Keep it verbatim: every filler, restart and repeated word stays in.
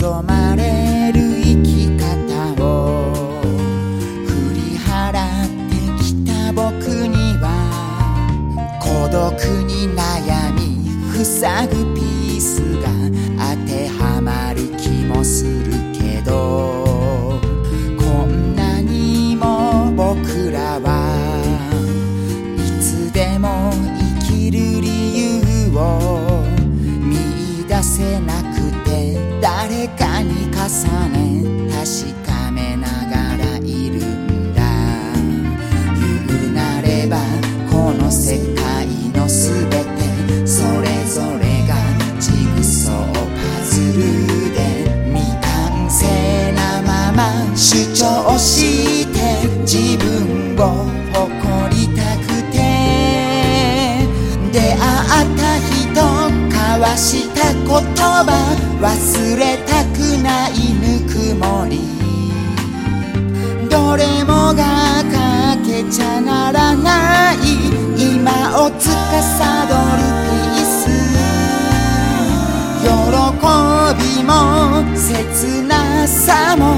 望まれる生き方を振り払ってきた僕には孤独に悩み塞ぐピースが当てはまる気もするけど、こんなにも僕らはいつでも生きる理由を見出せなくて、誰かに重ね確かめながらいるんだ。言うなればこの世界のすべてそれぞれがジグソーパズルで未完成なまま主張して自分を誇りたくて、出会った人交わした言葉忘れたくないぬくもり、どれもがかけちゃならない今を司るピース、喜びも切なさも